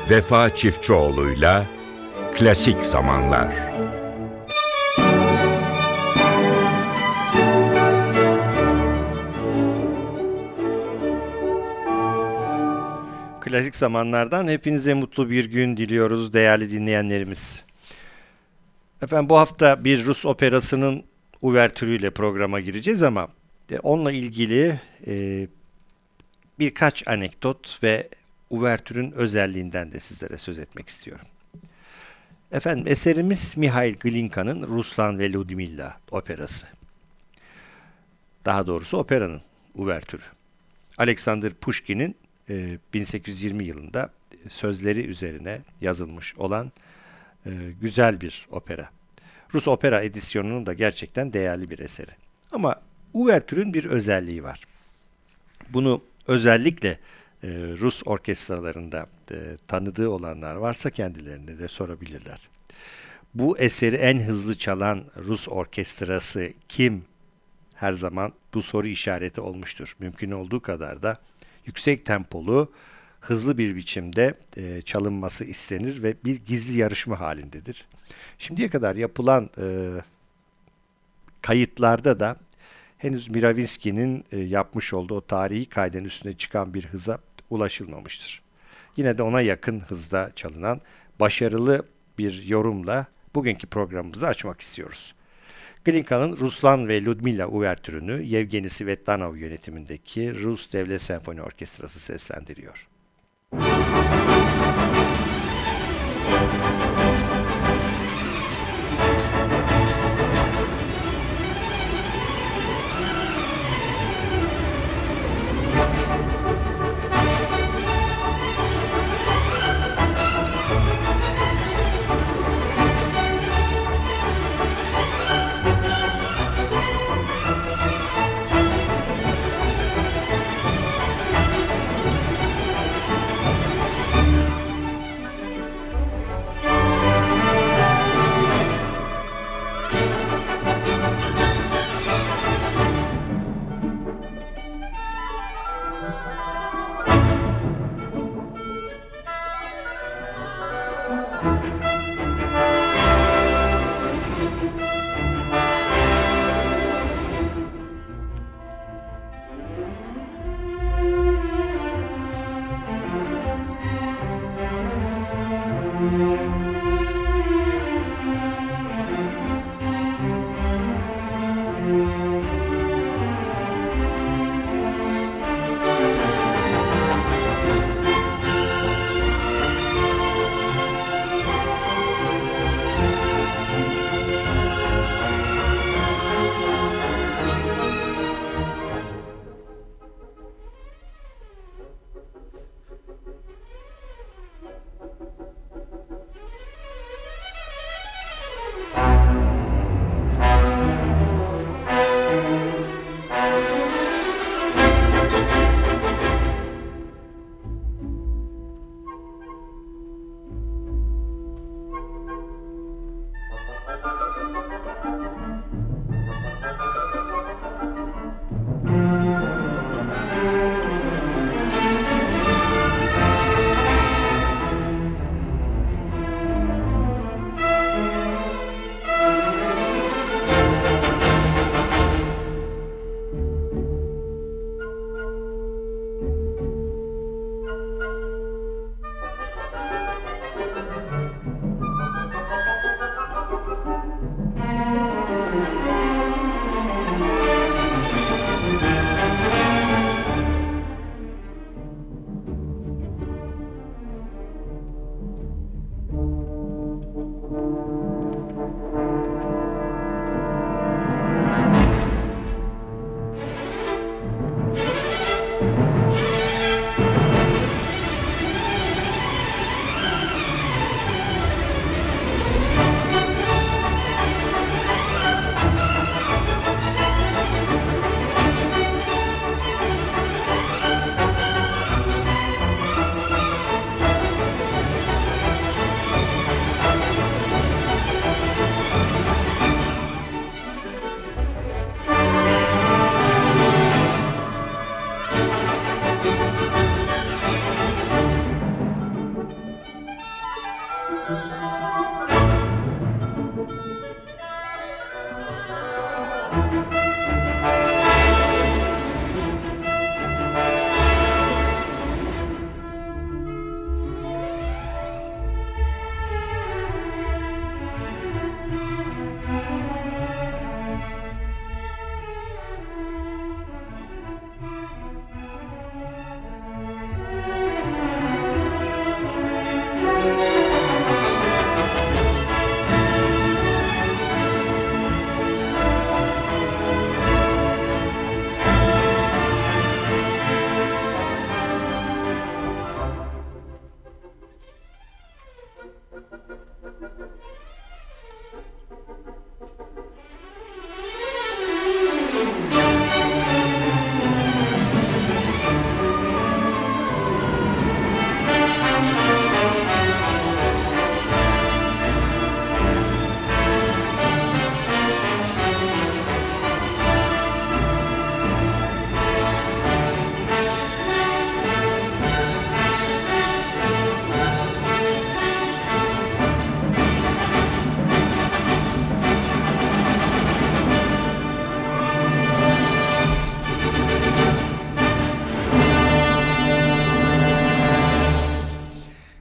Vefa Çiftçioğlu'yla Klasik Zamanlar. Klasik Zamanlardan hepinize mutlu bir gün diliyoruz değerli dinleyenlerimiz. Efendim bu hafta bir Rus operasının uvertürüyle programa gireceğiz ama onunla ilgili birkaç anekdot ve uvertürün özelliğinden de sizlere söz etmek istiyorum. Efendim eserimiz Mihail Glinka'nın Ruslan ve Ludmilla operası. Daha doğrusu operanın uvertürü. Alexander Pushkin'in 1820 yılında sözleri üzerine yazılmış olan güzel bir opera. Rus opera edisyonunun da gerçekten değerli bir eseri. Ama uvertürün bir özelliği var. Bunu özellikle Rus orkestralarında tanıdığı olanlar varsa kendilerine de sorabilirler. Bu eseri en hızlı çalan Rus orkestrası kim? Her zaman bu soru işareti olmuştur. Mümkün olduğu kadar da yüksek tempolu, hızlı bir biçimde çalınması istenir ve bir gizli yarışma halindedir. Şimdiye kadar yapılan kayıtlarda da henüz Miravinsky'nin yapmış olduğu o tarihi kaydın üstüne çıkan bir hıza ulaşılmamıştır. Yine de ona yakın hızda çalınan başarılı bir yorumla bugünkü programımızı açmak istiyoruz. Glinka'nın Ruslan ve Ludmilla uvertürünü Yevgeni Svetlanov yönetimindeki Rus Devlet Senfoni Orkestrası seslendiriyor.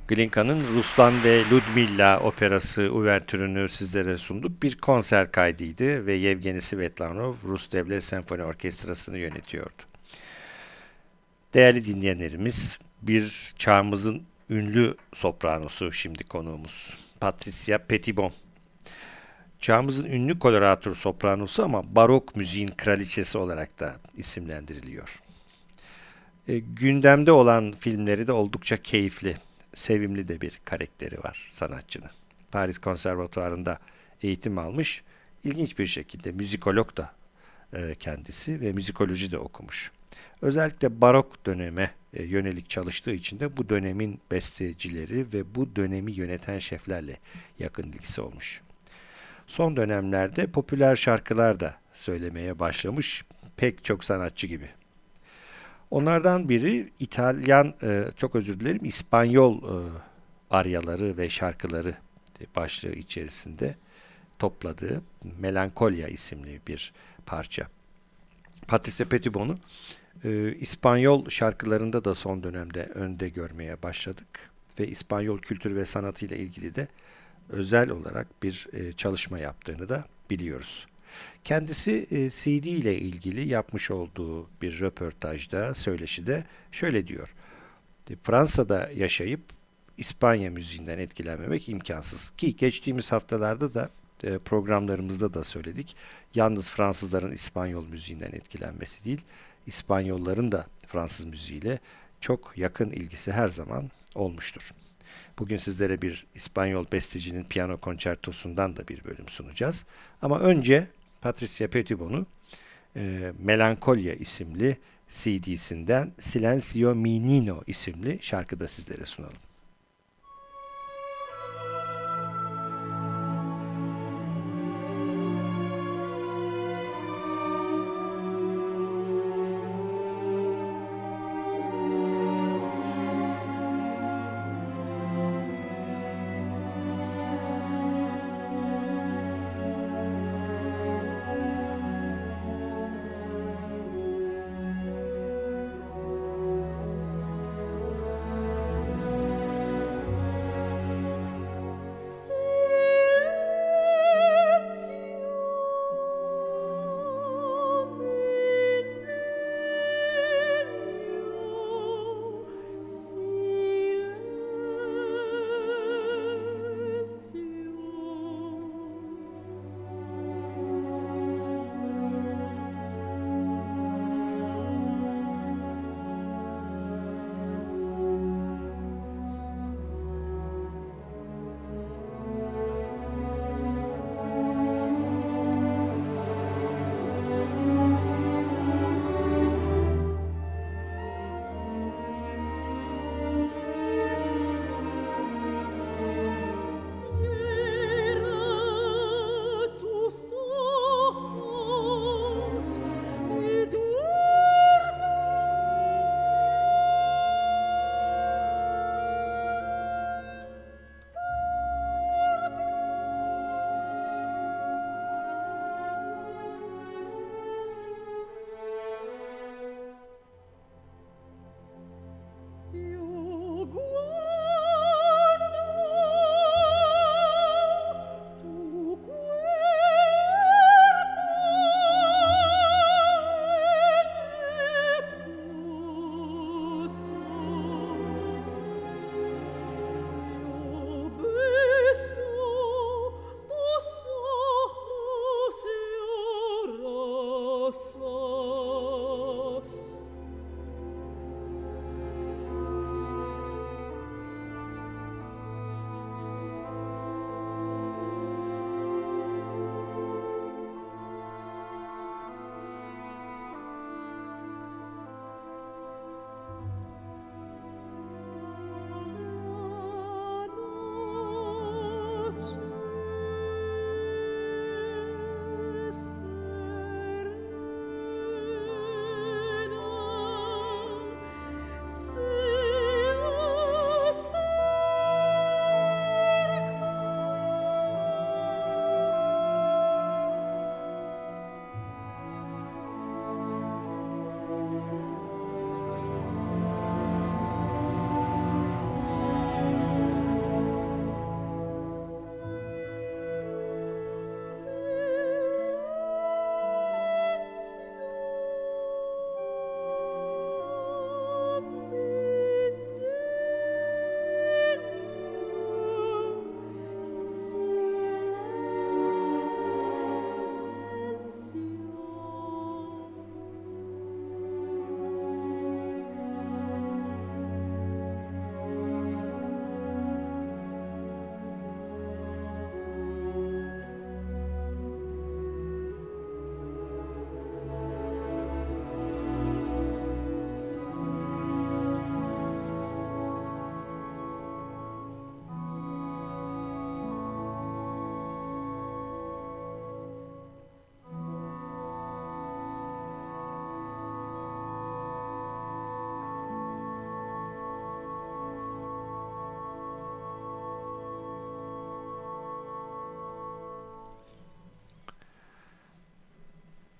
Glinka'nın Ruslan ve Ludmilla operası uvertürünü sizlere sunduk. Bir konser kaydıydı ve Yevgeni Svetlanov Rus Devlet Senfoni Orkestrası'nı yönetiyordu. Değerli dinleyenlerimiz, bir çağımızın ünlü sopranosu şimdi konuğumuz. Patricia Petitbon. Çağımızın ünlü koloratur sopranosu ama barok müziğin kraliçesi olarak da isimlendiriliyor. Gündemde olan filmleri de oldukça keyifli, sevimli de bir karakteri var sanatçının. Paris Konservatuvarı'nda eğitim almış, ilginç bir şekilde müzikolog da kendisi ve müzikoloji de okumuş. Özellikle barok döneme yönelik çalıştığı için de bu dönemin bestecileri ve bu dönemi yöneten şeflerle yakın ilgisi olmuş. Son dönemlerde popüler şarkılar da söylemeye başlamış pek çok sanatçı gibi. Onlardan biri İtalyan, çok özür dilerim, İspanyol aryaları ve şarkıları başlığı içerisinde topladığı Melankolia isimli bir parça. Patricia Petitbon'u İspanyol şarkılarında da son dönemde önde görmeye başladık ve İspanyol kültürü ve sanatıyla ilgili de özel olarak bir çalışma yaptığını da biliyoruz. Kendisi CD ile ilgili yapmış olduğu bir röportajda, söyleşide şöyle diyor. Fransa'da yaşayıp İspanya müziğinden etkilenmemek imkansız. Ki geçtiğimiz haftalarda da programlarımızda da söyledik. Yalnız Fransızların İspanyol müziğinden etkilenmesi değil, İspanyolların da Fransız müziğiyle çok yakın ilgisi her zaman olmuştur. Bugün sizlere bir İspanyol bestecinin piyano konçertosundan da bir bölüm sunacağız. Ama önce Patricia Petitbon'u Melankolia isimli CD'sinden Silencio Menino isimli şarkıda sizlere sunalım.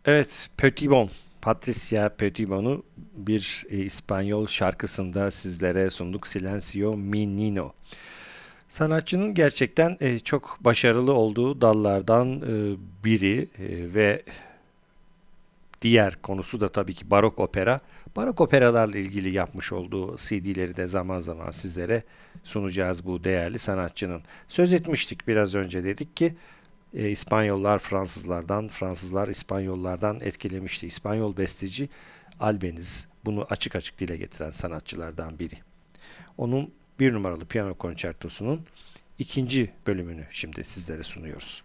Evet, Petitbon, Patricia Petitbon'u bir İspanyol şarkısında sizlere sunduk. Silencio Mi Nino. Sanatçının gerçekten çok başarılı olduğu dallardan biri ve diğer konusu da tabii ki barok opera. Barok operalarla ilgili yapmış olduğu CD'leri de zaman zaman sizlere sunacağız bu değerli sanatçının. Söz etmiştik biraz önce, dedik ki İspanyollar Fransızlardan, Fransızlar İspanyollardan etkilemişti. İspanyol besteci Albeniz bunu açık açık dile getiren sanatçılardan biri. Onun bir numaralı piyano konçertosunun ikinci bölümünü şimdi sizlere sunuyoruz.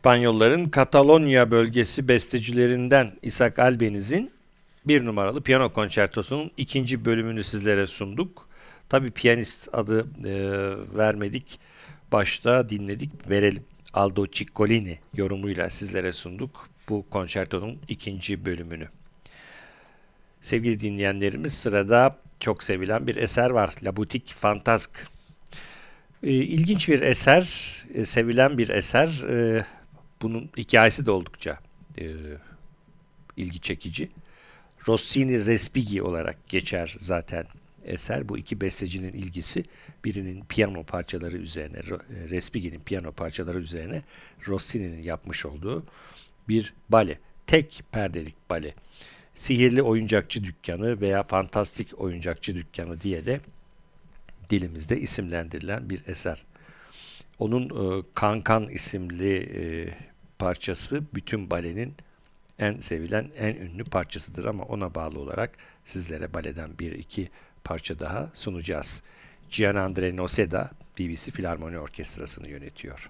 İspanyolların Katalonya bölgesi bestecilerinden Isaac Albéniz'in bir numaralı piyano konçertosunun ikinci bölümünü sizlere sunduk. Tabii piyanist adı vermedik. Başta dinledik, verelim. Aldo Ciccolini yorumuyla sizlere sunduk bu konçertonun ikinci bölümünü. Sevgili dinleyenlerimiz, sırada çok sevilen bir eser var. La Boutique Fantasque. İlginç bir eser, sevilen bir eser. Bunun hikayesi de oldukça ilgi çekici. Rossini Respighi olarak geçer zaten eser. Bu iki bestecinin ilgisi, birinin piyano parçaları üzerine, Respighi'nin piyano parçaları üzerine Rossini'nin yapmış olduğu bir bale. Tek perdelik bale. Sihirli Oyuncakçı Dükkanı veya Fantastik Oyuncakçı Dükkanı diye de dilimizde isimlendirilen bir eser. Onun Kankan isimli parçası bütün balenin en sevilen, en ünlü parçasıdır ama ona bağlı olarak sizlere baleden bir iki parça daha sunacağız. Gianandrea Noseda BBC Filarmoni Orkestrası'nı yönetiyor.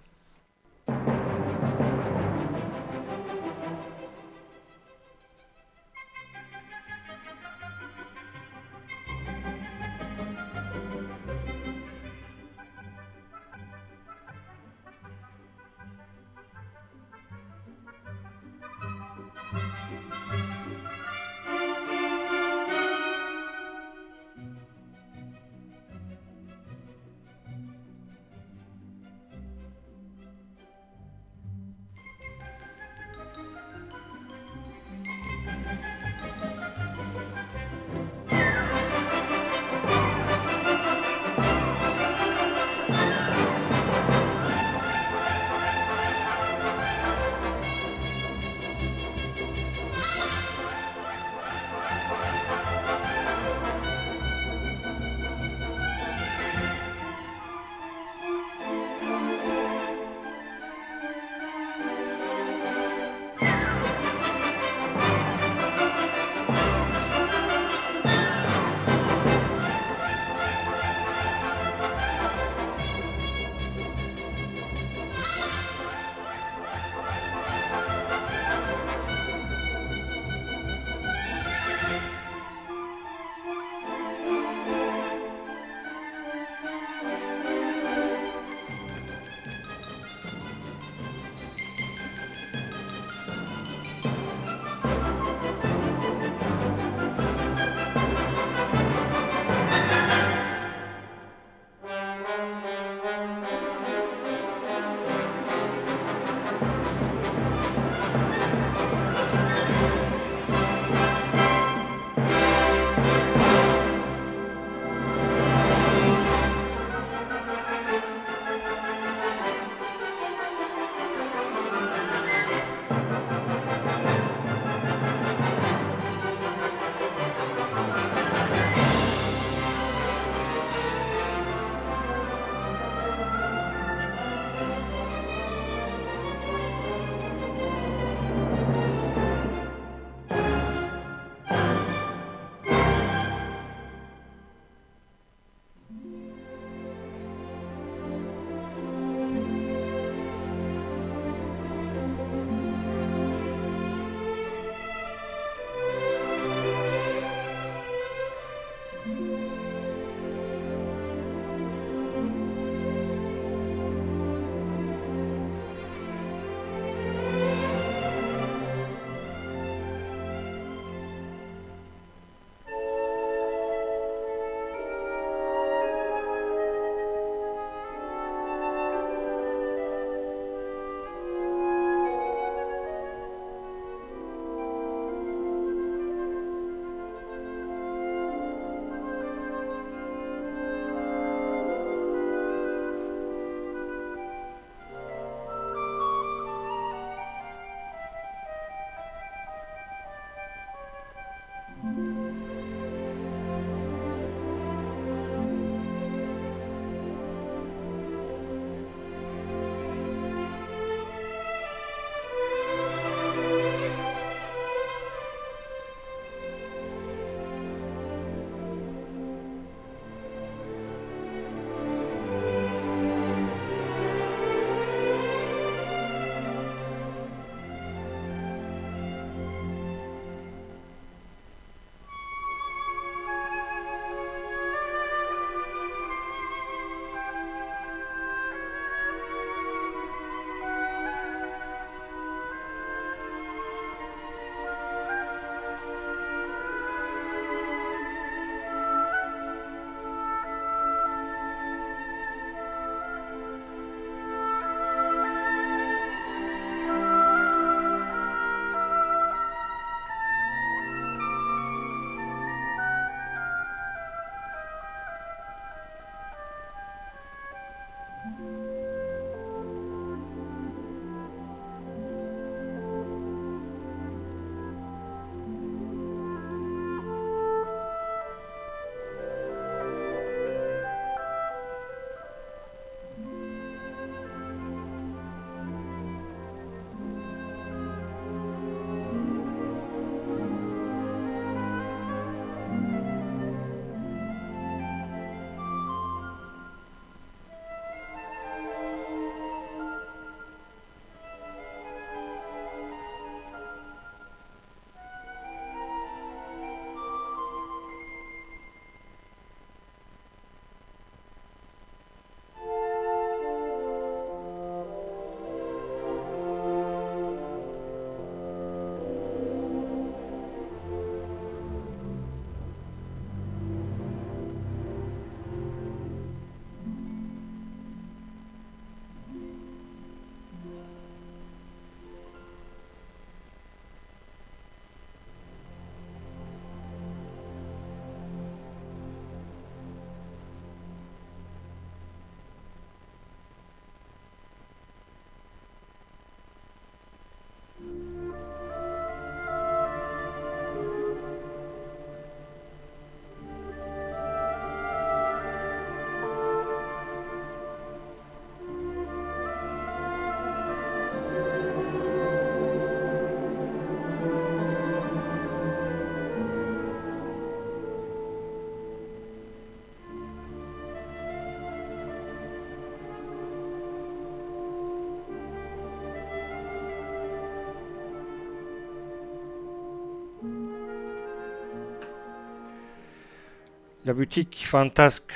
La Boutique Fantasque,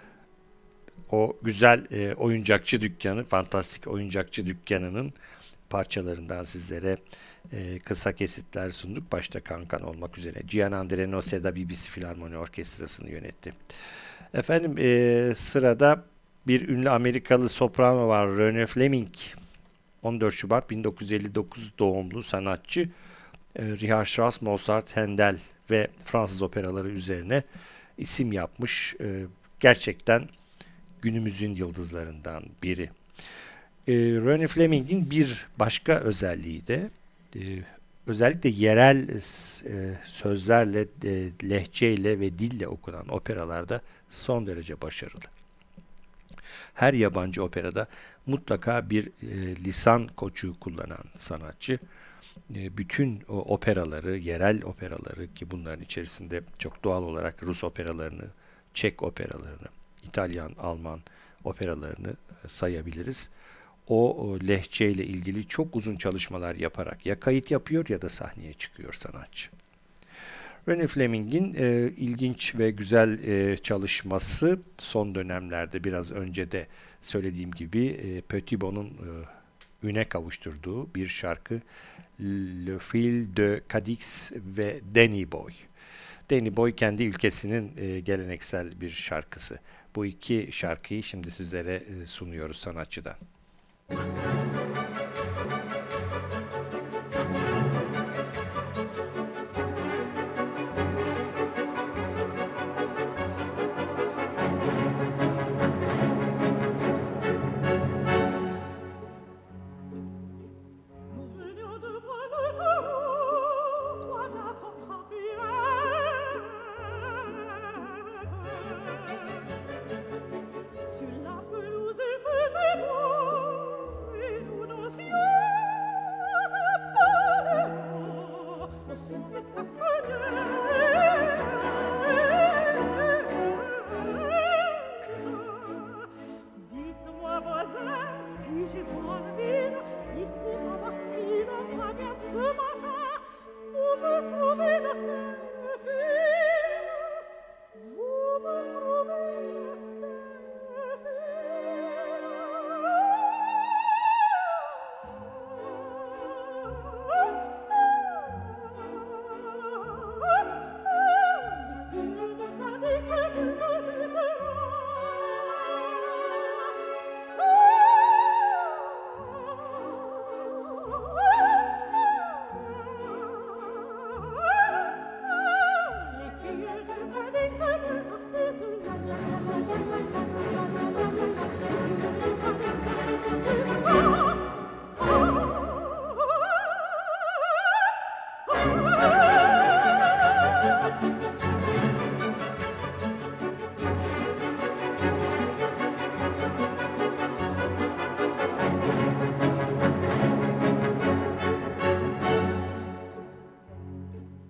o güzel oyuncakçı dükkanı, fantastik oyuncakçı dükkanının parçalarından sizlere kısa kesitler sunduk. Başta Kankan olmak üzere. Gianandrea Noseda BBC Filarmoni Orkestrası'nı yönetti. Efendim sırada bir ünlü Amerikalı soprano var, Rene Fleming. 14 Şubat 1959 doğumlu sanatçı. Richard Strauss, Mozart, Handel ve Fransız operaları üzerine isim yapmış. Gerçekten günümüzün yıldızlarından biri. Rene Fleming'in bir başka özelliği de özellikle yerel sözlerle, lehçeyle ve dille okunan operalarda son derece başarılı. Her yabancı operada mutlaka bir lisan koçu kullanan sanatçı. Bütün o operaları, yerel operaları, ki bunların içerisinde çok doğal olarak Rus operalarını, Çek operalarını, İtalyan, Alman operalarını sayabiliriz. O lehçeyle ilgili çok uzun çalışmalar yaparak ya kayıt yapıyor ya da sahneye çıkıyor sanatçı. Rene Fleming'in ilginç ve güzel çalışması son dönemlerde, biraz önce de söylediğim gibi Petit Bon'un üne kavuşturduğu bir şarkı, Le Fil de Cadix ve Danny Boy. Danny Boy kendi ülkesinin geleneksel bir şarkısı. Bu iki şarkıyı şimdi sizlere sunuyoruz sanatçıdan.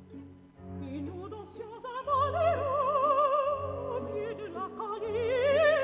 Nous dansions un boléro au pied de la colline.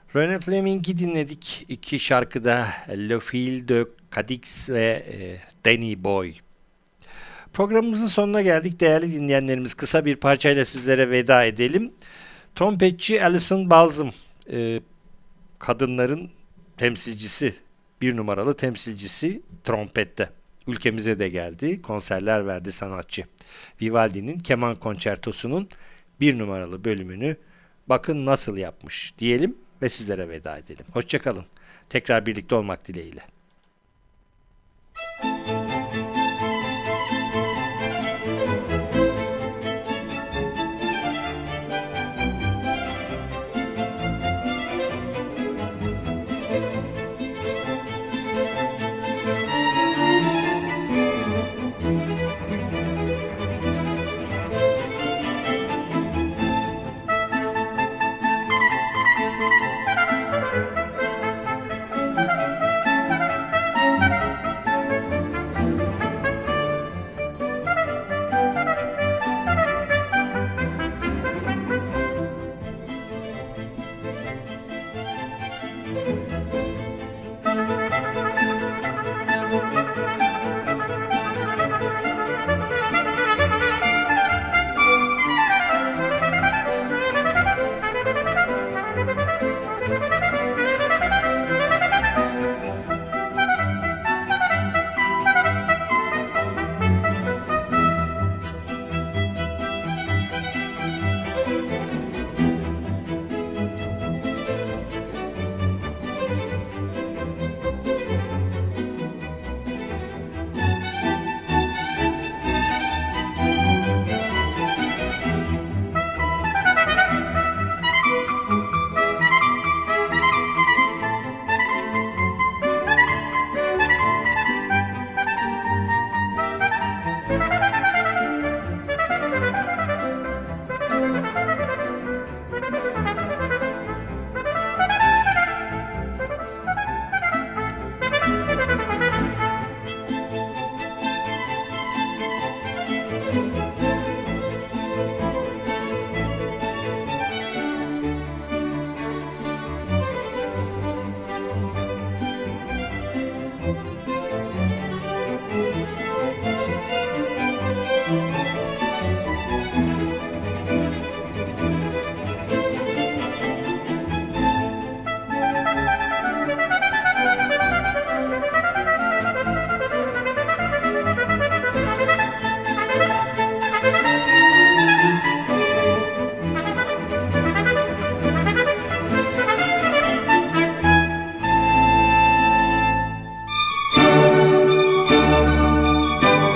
René Fleming'i dinledik. İki şarkıda Le Fil de Cadix ve Danny Boy. Programımızın sonuna geldik. Değerli dinleyenlerimiz, kısa bir parçayla sizlere veda edelim. Trompetçi Alison Balsam, kadınların temsilcisi, bir numaralı temsilcisi trompette. Ülkemize de geldi, konserler verdi sanatçı. Vivaldi'nin keman konçertosunun bir numaralı bölümünü bakın nasıl yapmış diyelim ve sizlere veda edelim. Hoşça kalın. Tekrar birlikte olmak dileğiyle.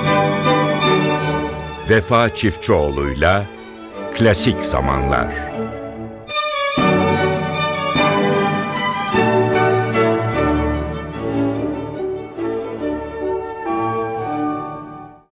Vefa Çiftçioğlu'yla Klasik Zamanlar.